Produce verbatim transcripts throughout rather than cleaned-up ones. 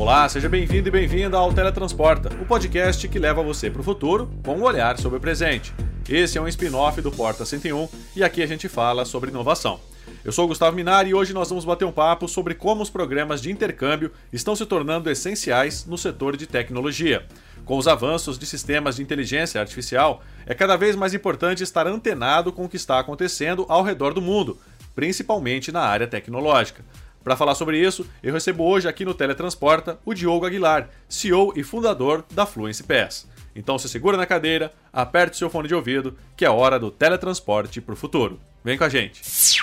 Olá, seja bem-vindo e bem-vinda ao Teletransporta, o podcast que leva você para o futuro com um olhar sobre o presente. Esse é um spin-off do Porta cento e um e aqui a gente fala sobre inovação. Eu sou o Gustavo Minari e hoje nós vamos bater um papo sobre como os programas de intercâmbio estão se tornando essenciais no setor de tecnologia. Com os avanços de sistemas de inteligência artificial, é cada vez mais importante estar antenado com o que está acontecendo ao redor do mundo, principalmente na área tecnológica. Para falar sobre isso, eu recebo hoje aqui no Teletransporta o Diogo Aguilar, C E O e fundador da Fluency Pass. Então se segura na cadeira, aperte seu fone de ouvido, que é hora do teletransporte para o futuro. Vem com a gente! Se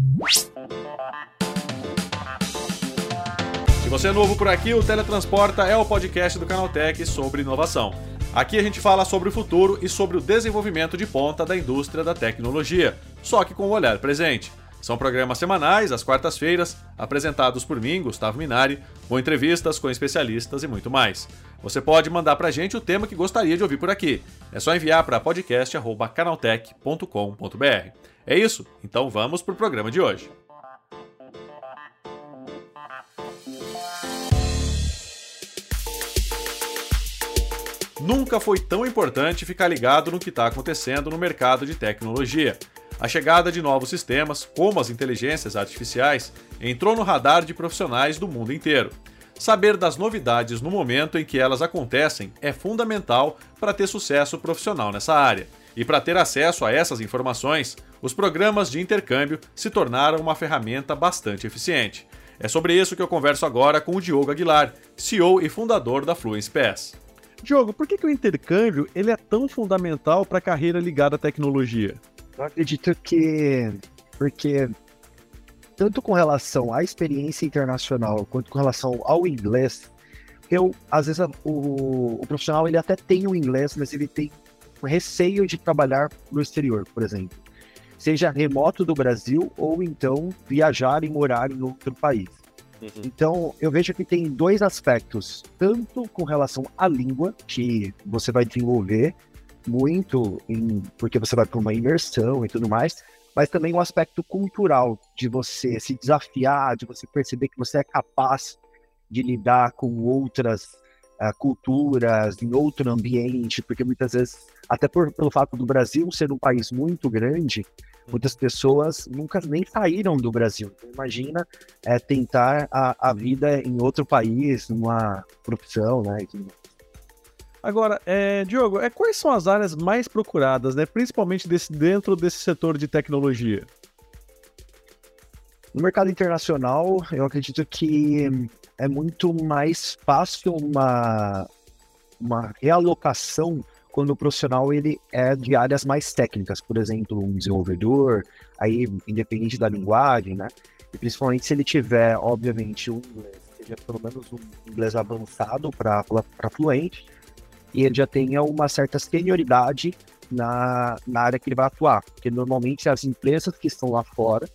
você é novo por aqui, o Teletransporta é o podcast do Canaltech sobre inovação. Aqui a gente fala sobre o futuro e sobre o desenvolvimento de ponta da indústria da tecnologia, só que com o olhar presente. São programas semanais, às quartas-feiras, apresentados por mim, Gustavo Minari, com entrevistas com especialistas e muito mais. Você pode mandar pra gente o tema que gostaria de ouvir por aqui. É só enviar para podcast arroba canaltech ponto com ponto b r. É isso? Então vamos pro programa de hoje. Nunca foi tão importante ficar ligado no que está acontecendo no mercado de tecnologia. A chegada de novos sistemas, como as inteligências artificiais, entrou no radar de profissionais do mundo inteiro. Saber das novidades no momento em que elas acontecem é fundamental para ter sucesso profissional nessa área. E para ter acesso a essas informações, os programas de intercâmbio se tornaram uma ferramenta bastante eficiente. É sobre isso que eu converso agora com o Diogo Aguilar, C E O e fundador da Fluency Pass. Diogo, por que, que o intercâmbio ele é tão fundamental para a carreira ligada à tecnologia? Eu acredito que, porque tanto com relação à experiência internacional quanto com relação ao inglês, eu, às vezes o, o profissional ele até tem o inglês, mas ele tem receio de trabalhar no exterior, por exemplo. Seja remoto do Brasil ou então viajar e morar em outro país. Uhum. Então, eu vejo que tem dois aspectos, tanto com relação à língua, que você vai desenvolver muito, em, porque você vai para uma imersão e tudo mais, mas também o aspecto cultural, de você se desafiar, de você perceber que você é capaz de lidar com outras uh, culturas, em outro ambiente, porque muitas vezes, até por, pelo fato do Brasil ser um país muito grande, muitas pessoas nunca nem saíram do Brasil. Então, imagina é, tentar a, a vida em outro país, numa profissão, né, e tudo mais. Agora, é, Diogo, é, quais são as áreas mais procuradas, né, principalmente desse, dentro desse setor de tecnologia? No mercado internacional, eu acredito que é muito mais fácil uma, uma realocação quando o profissional ele é de áreas mais técnicas, por exemplo, um desenvolvedor, aí independente da linguagem, né? E principalmente se ele tiver, obviamente, um inglês, seja pelo menos um inglês avançado para fluente, e ele já tenha uma certa senioridade na, na área que ele vai atuar. Porque normalmente as empresas que estão lá fora,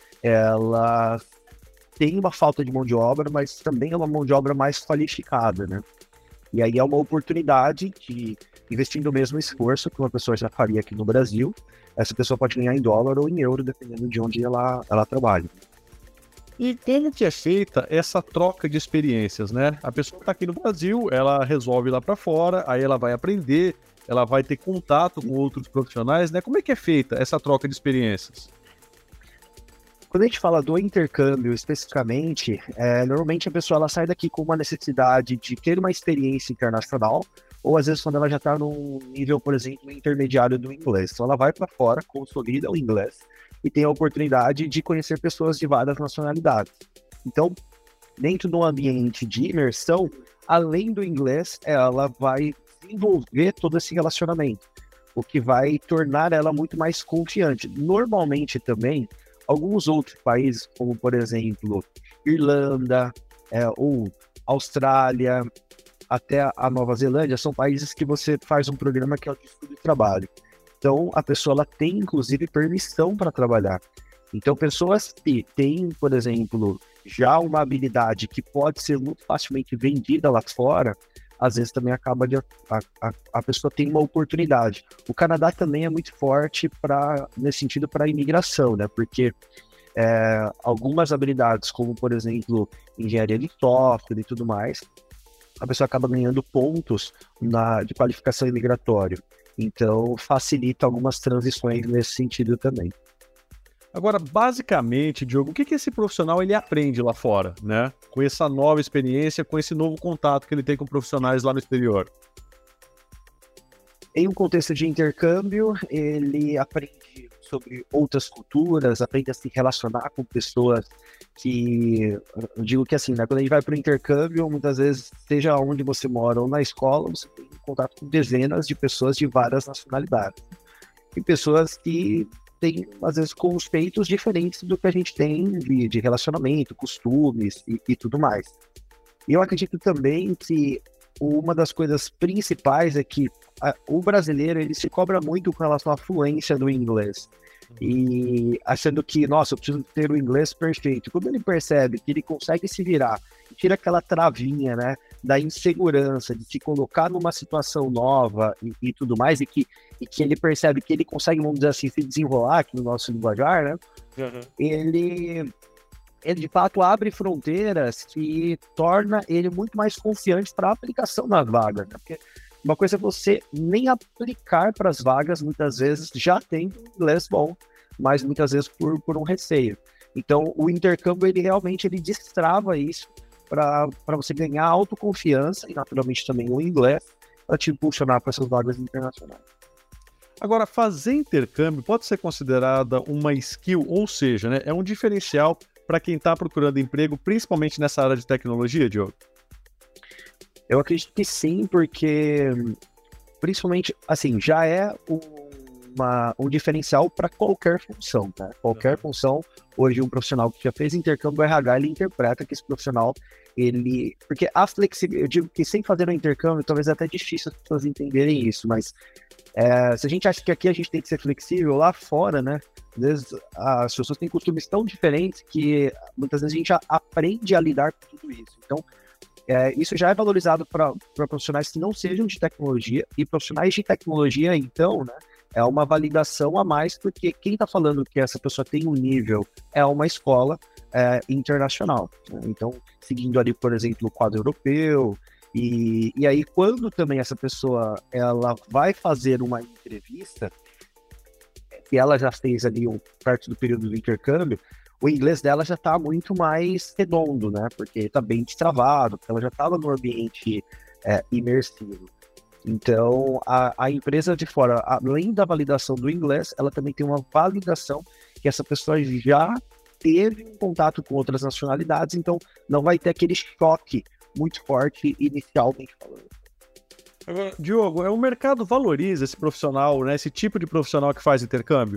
elas têm uma falta de mão de obra, mas também é uma mão de obra mais qualificada, né? E aí é uma oportunidade de, investindo o mesmo esforço que uma pessoa já faria aqui no Brasil, essa pessoa pode ganhar em dólar ou em euro, dependendo de onde ela, ela trabalha. E como que é feita essa troca de experiências, né? A pessoa está aqui no Brasil, ela resolve ir lá para fora, aí ela vai aprender, ela vai ter contato com outros profissionais, né? Como é que é feita essa troca de experiências? Quando a gente fala do intercâmbio especificamente, é, normalmente a pessoa ela sai daqui com uma necessidade de ter uma experiência internacional, ou às vezes quando ela já está num nível, por exemplo, intermediário do inglês. Então ela vai para fora, consolida o inglês e tem a oportunidade de conhecer pessoas de várias nacionalidades. Então, dentro do ambiente de imersão, além do inglês, ela vai desenvolver todo esse relacionamento, o que vai tornar ela muito mais confiante. Normalmente também, alguns outros países, como por exemplo, Irlanda, é, ou Austrália, até a Nova Zelândia, são países que você faz um programa que é o de estudo e trabalho. Então, a pessoa ela tem, inclusive, permissão para trabalhar. Então, pessoas que têm, por exemplo, já uma habilidade que pode ser muito facilmente vendida lá fora, às vezes também acaba de... A, a, a pessoa tem uma oportunidade. O Canadá também é muito forte pra, nesse sentido para a imigração, né? Porque é, algumas habilidades, como, por exemplo, engenharia de software e tudo mais, a pessoa acaba ganhando pontos na, de qualificação imigratória. Então, facilita algumas transições nesse sentido também. Agora, basicamente, Diogo, o que, que esse profissional ele aprende lá fora, né? Com essa nova experiência, com esse novo contato que ele tem com profissionais lá no exterior? Em um contexto de intercâmbio, ele aprende sobre outras culturas, aprende a se relacionar com pessoas que, eu digo que assim, né, quando a gente vai para o intercâmbio, muitas vezes, seja onde você mora ou na escola, você tem contato com dezenas de pessoas de várias nacionalidades. E pessoas que têm, às vezes, conceitos diferentes do que a gente tem de, de relacionamento, costumes e, e tudo mais. E eu acredito também que uma das coisas principais é que a, o brasileiro ele se cobra muito com relação à fluência do inglês. E achando que, nossa, eu preciso ter o inglês perfeito. Quando ele percebe que ele consegue se virar, tira aquela travinha, né, da insegurança, de se colocar numa situação nova e, e tudo mais, e que, e que ele percebe que ele consegue, vamos dizer assim, se desenrolar aqui no nosso linguajar, né, uhum. ele... ele de fato abre fronteiras que torna ele muito mais confiante para a aplicação nas vagas, né? Porque uma coisa é você nem aplicar para as vagas, muitas vezes já tem inglês bom, mas muitas vezes por, por um receio. Então o intercâmbio ele realmente ele destrava isso para você ganhar autoconfiança e naturalmente também o inglês para te impulsionar para essas vagas internacionais. Agora, fazer intercâmbio pode ser considerada uma skill, ou seja, né, é um diferencial para quem está procurando emprego, principalmente nessa área de tecnologia, Diogo? Eu acredito que sim, porque principalmente, assim, já é uma, um diferencial para qualquer função, tá? Qualquer uhum. função, hoje um profissional que já fez intercâmbio R H, ele interpreta que esse profissional, ele... Porque a flexibilidade, eu digo que sem fazer o intercâmbio, talvez é até difícil as pessoas entenderem isso, mas é, se a gente acha que aqui a gente tem que ser flexível, lá fora, né? Às vezes as pessoas têm costumes tão diferentes que muitas vezes a gente já aprende a lidar com tudo isso. Então, é, isso já é valorizado para profissionais que não sejam de tecnologia, e profissionais de tecnologia, então, né, é uma validação a mais, porque quem está falando que essa pessoa tem um nível é uma escola é, internacional. Né? Então, seguindo ali, por exemplo, o quadro europeu, e, e aí quando também essa pessoa ela vai fazer uma entrevista, que ela já fez ali um, perto do período do intercâmbio, o inglês dela já está muito mais redondo, né? Porque está bem destravado, porque ela já estava no ambiente é, imersivo. Então, a, a empresa de fora, além da validação do inglês, ela também tem uma validação que essa pessoa já teve um contato com outras nacionalidades, então não vai ter aquele choque muito forte inicialmente falando. Agora, Diogo, o mercado valoriza esse profissional, né? Esse tipo de profissional que faz intercâmbio?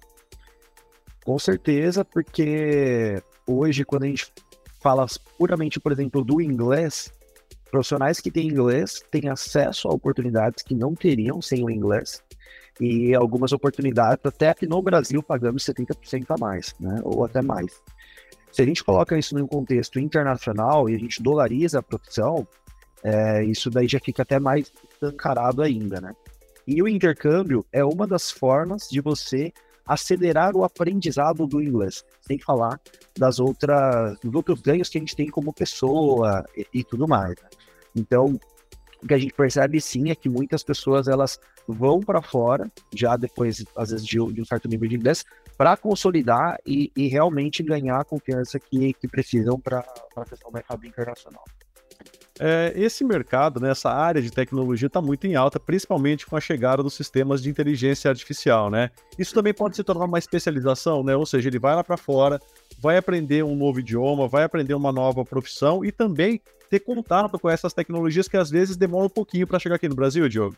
Com certeza, porque hoje, quando a gente fala puramente, por exemplo, do inglês, profissionais que têm inglês têm acesso a oportunidades que não teriam sem o inglês, e algumas oportunidades até aqui no Brasil pagando setenta por cento a mais, né? Ou até mais. Se a gente coloca isso num contexto internacional e a gente dolariza a profissão, É, isso daí já fica até mais escancarado ainda, né? E o intercâmbio é uma das formas de você acelerar o aprendizado do inglês, sem falar das outras, dos outros ganhos que a gente tem como pessoa e, e tudo mais, né? Então, o que a gente percebe sim é que muitas pessoas elas vão para fora, já depois, às vezes, de, de um certo nível de inglês, para consolidar e, e realmente ganhar a confiança que, que precisam para a questão do mercado internacional. É, esse mercado, né, essa área de tecnologia está muito em alta, principalmente com a chegada dos sistemas de inteligência artificial, né? Isso também pode se tornar uma especialização, né? Ou seja, ele vai lá para fora, vai aprender um novo idioma, vai aprender uma nova profissão e também ter contato com essas tecnologias que às vezes demoram um pouquinho para chegar aqui no Brasil, Diogo.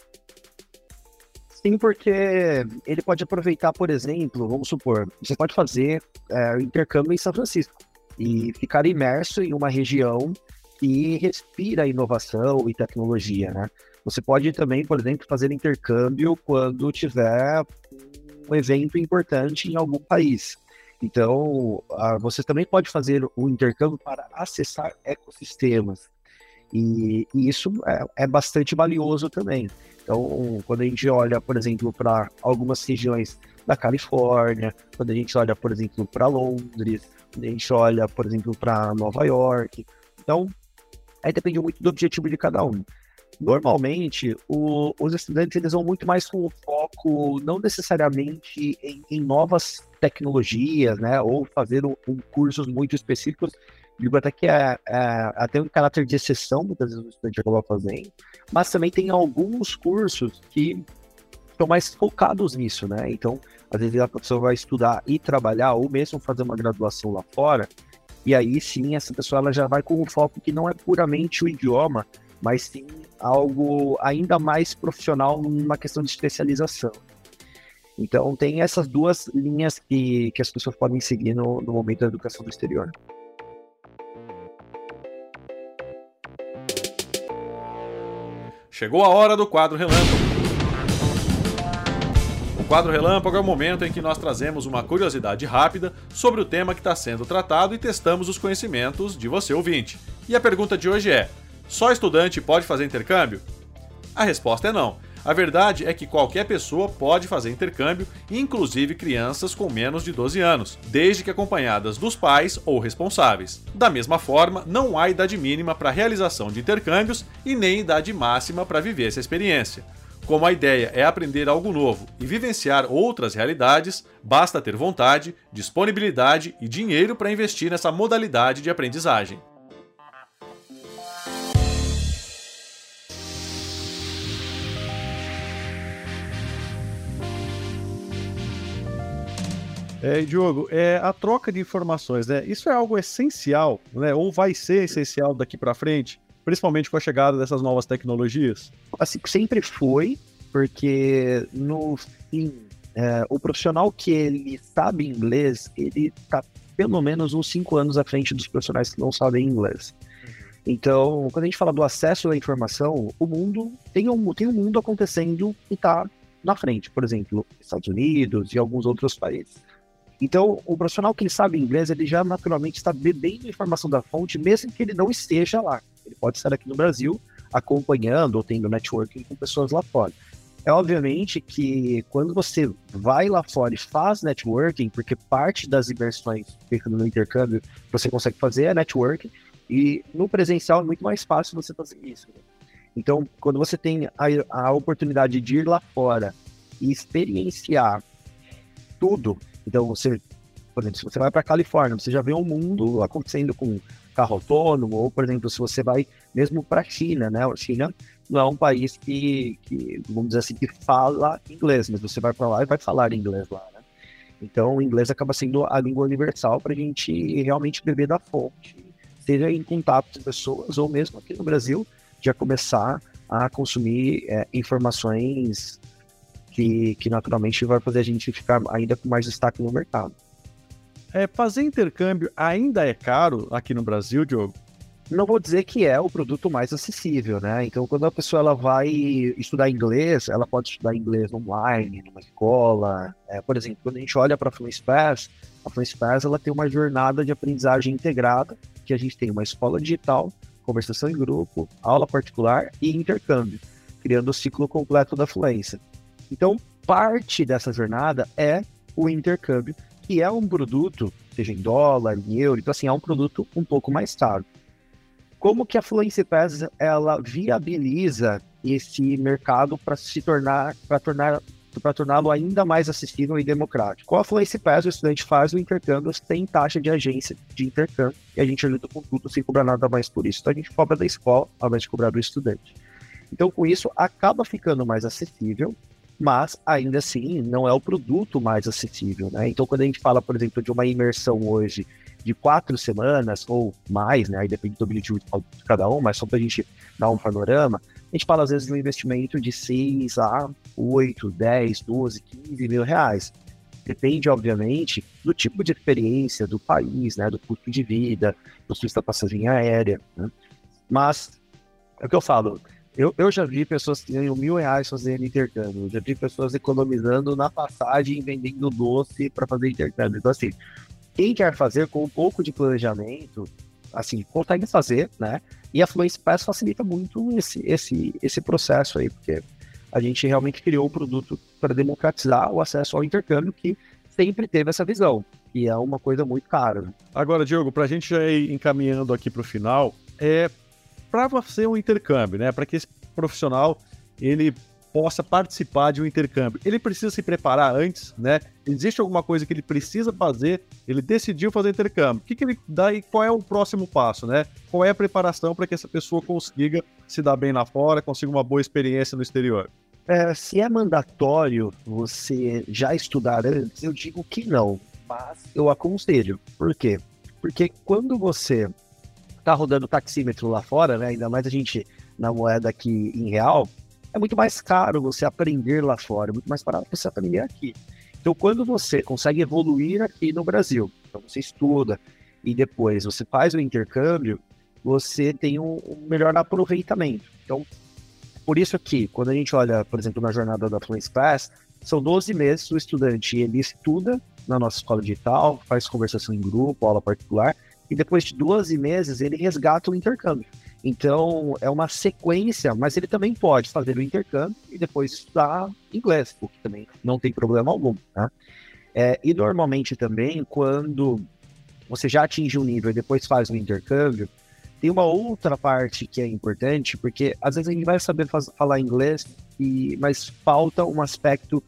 Sim, porque ele pode aproveitar, por exemplo, vamos supor, você pode fazer é, o intercâmbio em São Francisco e ficar imerso em uma região que respira inovação e tecnologia, né? Você pode também, por exemplo, fazer intercâmbio quando tiver um evento importante em algum país. Então, você também pode fazer o intercâmbio para acessar ecossistemas. E, e isso é, é bastante valioso também. Então, quando a gente olha, por exemplo, para algumas regiões da Califórnia, quando a gente olha, por exemplo, para Londres, quando a gente olha, por exemplo, para Nova York, então Aí depende muito do objetivo de cada um. Normalmente, o, os estudantes eles vão muito mais com o foco, não necessariamente em, em novas tecnologias, né, ou fazer um, um cursos muito específicos. Digo até que é, é, até um caráter de exceção, muitas vezes o estudante acaba fazendo, mas também tem alguns cursos que estão mais focados nisso, né? Então, às vezes a pessoa vai estudar e trabalhar, ou mesmo fazer uma graduação lá fora, e aí sim, essa pessoa ela já vai com um foco que não é puramente o idioma, mas sim algo ainda mais profissional numa questão de especialização. Então, tem essas duas linhas que, que as pessoas podem seguir no, no momento da educação do exterior. Chegou a hora do quadro relâmpago. O quadro relâmpago é o momento em que nós trazemos uma curiosidade rápida sobre o tema que está sendo tratado e testamos os conhecimentos de você ouvinte. E a pergunta de hoje é: só estudante pode fazer intercâmbio? A resposta é não. A verdade é que qualquer pessoa pode fazer intercâmbio, inclusive crianças com menos de doze anos, desde que acompanhadas dos pais ou responsáveis. Da mesma forma, não há idade mínima para a realização de intercâmbios e nem idade máxima para viver essa experiência. Como a ideia é aprender algo novo e vivenciar outras realidades, basta ter vontade, disponibilidade e dinheiro para investir nessa modalidade de aprendizagem. É, Diogo, é, a troca de informações, né? Isso é algo essencial, né? Ou vai ser essencial daqui para frente, principalmente com a chegada dessas novas tecnologias? Assim, sempre foi, porque no fim, é, o profissional que ele sabe inglês, ele está pelo menos uns cinco anos à frente dos profissionais que não sabem inglês. Então, quando a gente fala do acesso à informação, o mundo tem um, tem um mundo acontecendo e está na frente, por exemplo, Estados Unidos e alguns outros países. Então, o profissional que ele sabe inglês, ele já naturalmente está bebendo a informação da fonte, mesmo que ele não esteja lá. Ele pode estar aqui no Brasil, acompanhando ou tendo networking com pessoas lá fora. É obviamente que quando você vai lá fora e faz networking, porque parte das imersões feitas no intercâmbio você consegue fazer é networking, e no presencial é muito mais fácil você fazer isso. Então, quando você tem a, a oportunidade de ir lá fora e experienciar tudo, então você, por exemplo, se você vai para a Califórnia, você já vê um mundo acontecendo com carro autônomo, ou, por exemplo, se você vai mesmo para a China, né? A China não é um país que, que, vamos dizer assim, que fala inglês, mas você vai para lá e vai falar inglês lá, né? Então, o inglês acaba sendo a língua universal para a gente realmente beber da fonte, seja em contato com pessoas, ou mesmo aqui no Brasil, já começar a consumir é, informações que, que naturalmente vai fazer a gente ficar ainda com mais destaque no mercado. É, fazer intercâmbio ainda é caro aqui no Brasil, Diogo? Não vou dizer que é o produto mais acessível, né? Então, quando a pessoa ela vai estudar inglês, ela pode estudar inglês online, numa escola. É, por exemplo, quando a gente olha para a Fluency Pass, a Fluency Pass ela tem uma jornada de aprendizagem integrada, que a gente tem uma escola digital, conversação em grupo, aula particular e intercâmbio, criando o ciclo completo da fluência. Então, parte dessa jornada é o intercâmbio, que é um produto, seja em dólar, em euro, então assim, é um produto um pouco mais caro. Como que a Fluency Pass, ela viabiliza esse mercado para se tornar, para tornar, para torná-lo ainda mais acessível e democrático? Com a Fluency Pass, o estudante faz o intercâmbio sem taxa de agência de intercâmbio, e a gente ajuda com tudo sem cobrar nada mais por isso. Então a gente cobra da escola, ao invés de cobrar do estudante. Então com isso, acaba ficando mais acessível, mas ainda assim não é o produto mais acessível, né? Então quando a gente fala, por exemplo, de uma imersão hoje de quatro semanas ou mais, né? Aí depende do objetivo de cada um, mas só para a gente dar um panorama, a gente fala às vezes de um investimento de seis a oito, dez, doze, quinze mil reais. Depende, obviamente, do tipo de experiência, do país, né? Do custo de vida, do custo da passagem aérea, né? Mas é o que eu falo. Eu, eu já vi pessoas que ganham mil reais fazendo intercâmbio. Eu já vi pessoas economizando na passagem e vendendo doce para fazer intercâmbio. Então, assim, quem quer fazer com um pouco de planejamento, assim, consegue fazer, né? E a Fluency Pass facilita muito esse, esse, esse processo aí, porque a gente realmente criou um produto para democratizar o acesso ao intercâmbio, que sempre teve essa visão, e é uma coisa muito cara. Né? Agora, Diogo, para a gente já ir encaminhando aqui para o final, é... para você um intercâmbio, né? Para que esse profissional ele possa participar de um intercâmbio, ele precisa se preparar antes, né? Existe alguma coisa que ele precisa fazer? Ele decidiu fazer intercâmbio. O que, que ele dá e qual é o próximo passo, né? Qual é a preparação para que essa pessoa consiga se dar bem lá fora, consiga uma boa experiência no exterior? É, se é mandatório você já estudar antes, eu digo que não, mas eu aconselho. Por quê? Porque quando você está rodando taxímetro lá fora, né? Ainda mais a gente na moeda aqui em real, é muito mais caro você aprender lá fora, é muito mais barato você aprender aqui. Então, quando você consegue evoluir aqui no Brasil, então você estuda e depois você faz o intercâmbio, você tem um, um melhor aproveitamento. Então, por isso aqui, quando a gente olha, por exemplo, na jornada da Fluency Pass, são doze meses o estudante, ele estuda na nossa escola digital, faz conversação em grupo, aula particular, e depois de doze meses ele resgata o intercâmbio. Então, é uma sequência, mas ele também pode fazer o intercâmbio e depois estudar inglês, o que também não tem problema algum, tá? É, e normalmente também, quando você já atinge um nível e depois faz o intercâmbio, tem uma outra parte que é importante, porque às vezes a gente vai saber faz, falar inglês, e, mas falta um aspecto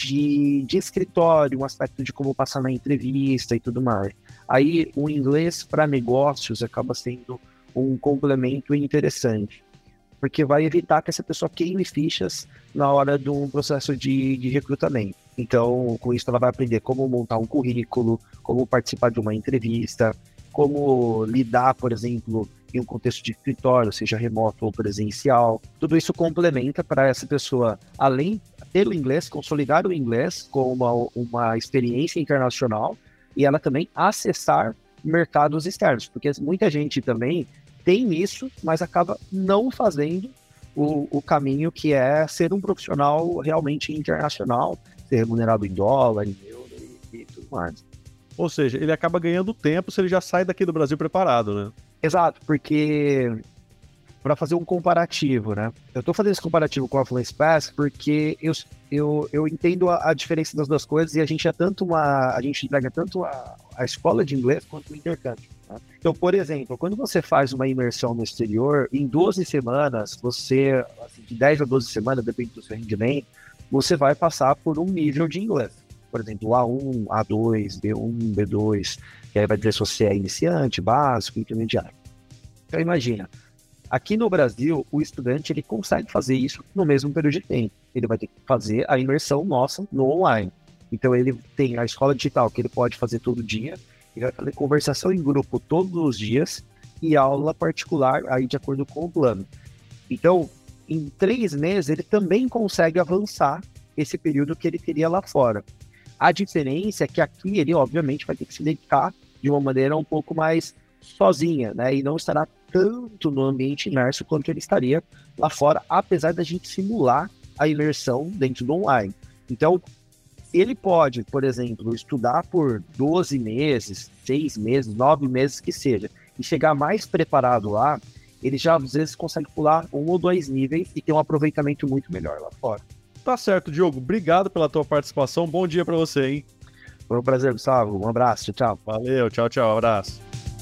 de, de escritório, um aspecto de como passar na entrevista e tudo mais. Aí, o inglês para negócios acaba sendo um complemento interessante, porque vai evitar que essa pessoa queime fichas na hora de um processo de, de recrutamento. Então, com isso ela vai aprender como montar um currículo, como participar de uma entrevista, como lidar, por exemplo, em um contexto de escritório, seja remoto ou presencial. Tudo isso complementa para essa pessoa, além de ter o inglês, consolidar o inglês com uma, uma experiência internacional e ela também acessar mercados externos, porque muita gente também tem isso, mas acaba não fazendo o, o caminho que é ser um profissional realmente internacional, ser remunerado em dólar, em euro e, e tudo mais. Ou seja, ele acaba ganhando tempo se ele já sai daqui do Brasil preparado, né? Exato, porque para fazer um comparativo, né? Eu estou fazendo esse comparativo com a Fluency Pass porque eu, eu, eu entendo a, a diferença das duas coisas e a gente é tanto uma, a gente entrega tanto a, a escola de inglês quanto o intercâmbio. Tá? Então, por exemplo, quando você faz uma imersão no exterior, em doze semanas, você, assim, de dez a doze semanas, depende do seu rendimento, você vai passar por um nível de inglês. Por exemplo, A um, A dois, B um, B dois, que aí vai dizer se você é iniciante, básico, intermediário. Então, imagina, aqui no Brasil, o estudante ele consegue fazer isso no mesmo período de tempo. Ele vai ter que fazer a imersão nossa no online. Então, ele tem a escola digital que ele pode fazer todo dia, ele vai fazer conversação em grupo todos os dias e aula particular aí de acordo com o plano. Então, em três meses, ele também consegue avançar esse período que ele teria lá fora. A diferença é que aqui ele, obviamente, vai ter que se dedicar de uma maneira um pouco mais sozinha, né? E não estará tanto no ambiente imerso quanto ele estaria lá fora, apesar da gente simular a imersão dentro do online. Então, ele pode, por exemplo, estudar por doze meses, seis meses, nove meses que seja, e chegar mais preparado lá, ele já às vezes consegue pular um ou dois níveis e ter um aproveitamento muito melhor lá fora. Tá certo, Diogo. Obrigado pela tua participação. Bom dia para você, hein? Foi um prazer, Gustavo. Um abraço. Tchau. Valeu. Tchau, tchau. Abraço.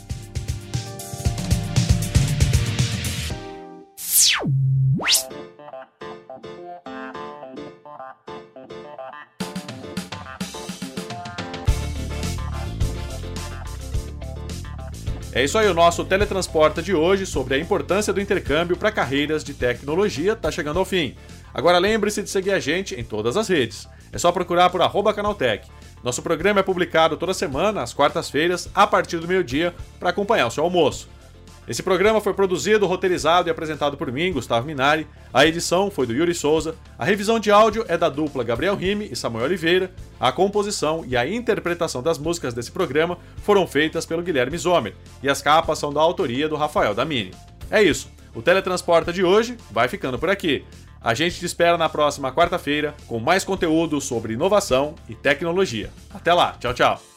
É isso aí, o nosso Teletransporta de hoje sobre a importância do intercâmbio para carreiras de tecnologia está chegando ao fim. Agora lembre-se de seguir a gente em todas as redes. É só procurar por arroba Canaltech. Nosso programa é publicado toda semana, às quartas-feiras, a partir do meio-dia, para acompanhar o seu almoço. Esse programa foi produzido, roteirizado e apresentado por mim, Gustavo Minari. A edição foi do Yuri Souza. A revisão de áudio é da dupla Gabriel Rime e Samuel Oliveira. A composição e a interpretação das músicas desse programa foram feitas pelo Guilherme Zomer. E as capas são da autoria do Rafael Damini. É isso. O Teletransporta de hoje vai ficando por aqui. A gente te espera na próxima quarta-feira com mais conteúdo sobre inovação e tecnologia. Até lá. Tchau, tchau.